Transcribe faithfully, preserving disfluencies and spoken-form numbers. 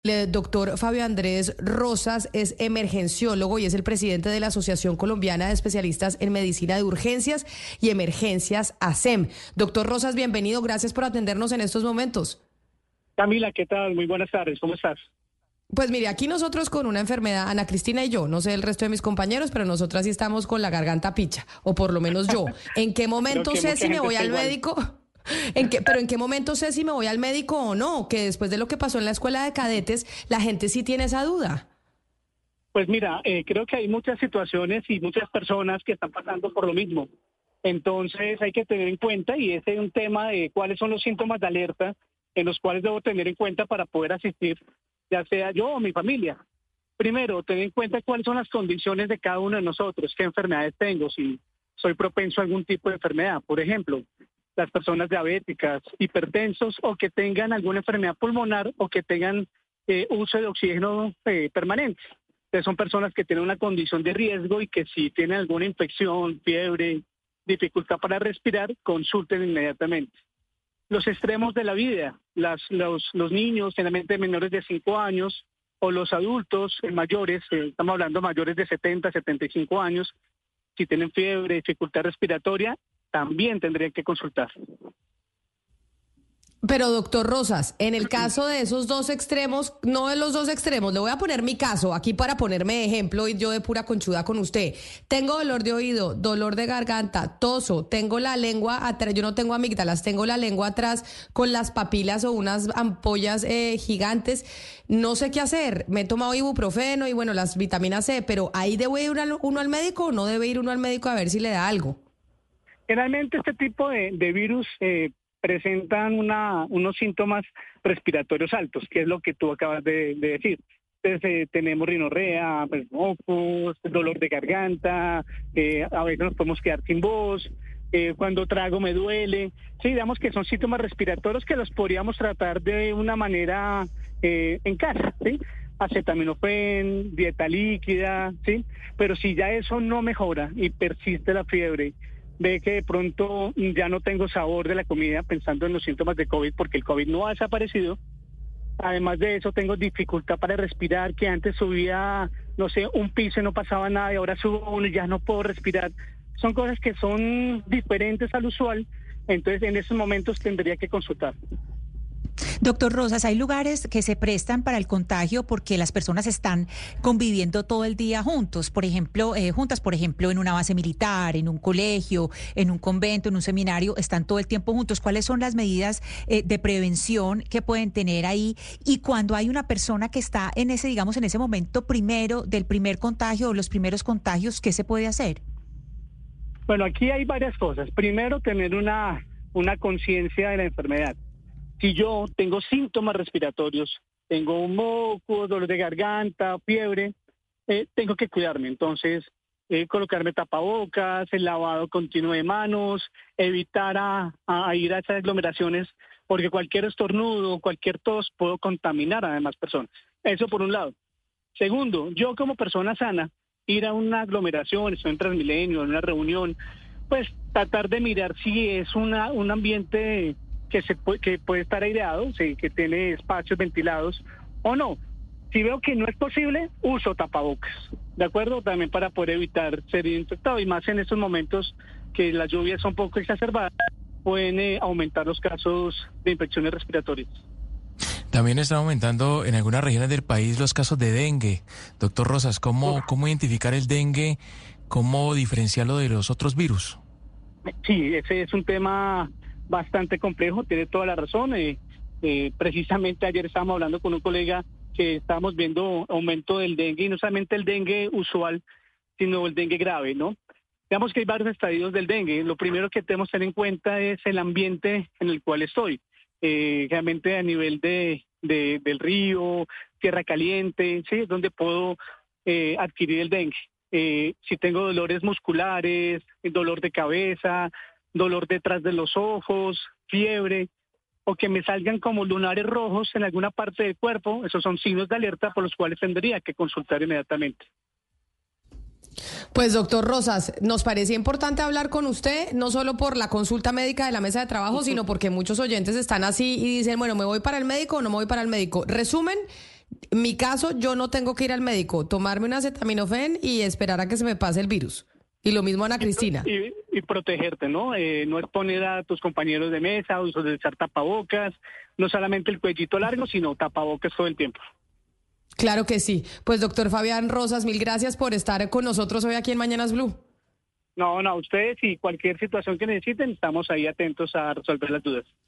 El doctor Fabio Andrés Rosas es emergenciólogo y es el presidente de la Asociación Colombiana de Especialistas en Medicina de Urgencias y Emergencias, A S E M. Doctor Rosas, bienvenido, gracias por atendernos en estos momentos. Camila, ¿qué tal? Muy buenas tardes, ¿cómo estás? Pues mire, aquí nosotros con una enfermedad, Ana Cristina y yo, no sé el resto de mis compañeros, pero nosotras sí estamos con la garganta picha, o por lo menos yo. ¿En qué momento sé si me voy al médico? ¿En qué, pero en qué momento sé si me voy al médico o no? Que después de lo que pasó en la escuela de cadetes, la gente sí tiene esa duda. Pues mira, eh, creo que hay muchas situaciones y muchas personas que están pasando por lo mismo. Entonces hay que tener en cuenta, y ese es un tema de cuáles son los síntomas de alerta en los cuales debo tener en cuenta para poder asistir, ya sea yo o mi familia. Primero, tener en cuenta cuáles son las condiciones de cada uno de nosotros, qué enfermedades tengo, si soy propenso a algún tipo de enfermedad. Por ejemplo, las personas diabéticas, hipertensos o que tengan alguna enfermedad pulmonar o que tengan eh, uso de oxígeno eh, permanente. Entonces son personas que tienen una condición de riesgo y que si tienen alguna infección, fiebre, dificultad para respirar, consulten inmediatamente. Los extremos de la vida, las, los, los niños generalmente menores de cinco años o los adultos eh, mayores, eh, estamos hablando mayores de setenta, setenta y cinco años, si tienen fiebre, dificultad respiratoria, también tendrían que consultar. Pero doctor Rosas, en el caso de esos dos extremos, no de los dos extremos, le voy a poner mi caso aquí para ponerme de ejemplo y yo de pura conchuda con usted. Tengo dolor de oído, dolor de garganta, toso, tengo la lengua atrás, yo no tengo amígdalas, tengo la lengua atrás con las papilas o unas ampollas eh, gigantes. No sé qué hacer, me he tomado ibuprofeno y bueno, las vitaminas C, pero ¿ahí debe ir uno al médico o no debe ir uno al médico a ver si le da algo? Generalmente este tipo de, de virus eh, presentan una, unos síntomas respiratorios altos, que es lo que tú acabas de, de decir. Entonces eh, tenemos rinorrea, pues, mocos, dolor de garganta, eh, a veces nos podemos quedar sin voz, eh, cuando trago me duele. Sí, digamos que son síntomas respiratorios que los podríamos tratar de una manera eh, en casa, ¿sí? Acetaminofén, dieta líquida, ¿sí? Pero si ya eso no mejora y persiste la fiebre, ve que de pronto ya no tengo sabor de la comida, pensando en los síntomas de COVID, porque el COVID no ha desaparecido. Además de eso, tengo dificultad para respirar, que antes subía, no sé, un piso y no pasaba nada, y ahora subo uno y ya no puedo respirar. Son cosas que son diferentes al usual, entonces en esos momentos tendría que consultar. Doctor Rosas, hay lugares que se prestan para el contagio porque las personas están conviviendo todo el día juntos, por ejemplo, eh, juntas, por ejemplo, en una base militar, en un colegio, en un convento, en un seminario, están todo el tiempo juntos. ¿Cuáles son las medidas eh, de prevención que pueden tener ahí? Y cuando hay una persona que está en ese, digamos, en ese momento primero del primer contagio o los primeros contagios, ¿qué se puede hacer? Bueno, aquí hay varias cosas. Primero, tener una, una conciencia de la enfermedad. Si yo tengo síntomas respiratorios, tengo un moco, dolor de garganta, fiebre, eh, tengo que cuidarme. Entonces, eh, colocarme tapabocas, el lavado continuo de manos, evitar a, a ir a esas aglomeraciones, porque cualquier estornudo, cualquier tos, puedo contaminar a demás personas. Eso por un lado. Segundo, yo como persona sana, ir a una aglomeración, estoy en Transmilenio, en una reunión, pues tratar de mirar si es una, un ambiente que se puede, que puede estar aireado, sí, que tiene espacios ventilados o no. Si veo que no es posible, uso tapabocas, ¿de acuerdo? También para poder evitar ser infectado, y más en estos momentos que las lluvias son poco exacerbadas, pueden eh, aumentar los casos de infecciones respiratorias. También están aumentando en algunas regiones del país los casos de dengue. Doctor Rosas, ¿cómo, cómo identificar el dengue? ¿Cómo diferenciarlo de los otros virus? Sí, ese es un tema bastante complejo, tiene toda la razón. Eh, eh, precisamente ayer estábamos hablando con un colega que estábamos viendo aumento del dengue, y no solamente el dengue usual, sino el dengue grave, ¿no? Digamos que hay varios estadios del dengue. Lo primero que tenemos que tener en cuenta es el ambiente en el cual estoy. Eh, realmente a nivel de, de del río, tierra caliente, ¿sí? Donde puedo eh, adquirir el dengue. Eh, si tengo dolores musculares, dolor de cabeza, dolor detrás de los ojos, fiebre, o que me salgan como lunares rojos en alguna parte del cuerpo, esos son signos de alerta por los cuales tendría que consultar inmediatamente. Pues doctor Rosas, nos parecía importante hablar con usted, no solo por la consulta médica de la mesa de trabajo, uh-huh. sino porque muchos oyentes están así y dicen, bueno, ¿me voy para el médico o no me voy para el médico? Resumen, En mi caso, yo no tengo que ir al médico, tomarme un acetaminofén y esperar a que se me pase el virus. Y lo mismo Ana Cristina. Y, y protegerte, ¿no? Eh, no exponer a tus compañeros de mesa, utilizar tapabocas, no solamente el cuellito largo, sino tapabocas todo el tiempo. Claro que sí. Pues doctor Fabián Rosas, mil gracias por estar con nosotros hoy aquí en Mañanas Blue. No, no, ustedes y cualquier situación que necesiten, estamos ahí atentos a resolver las dudas.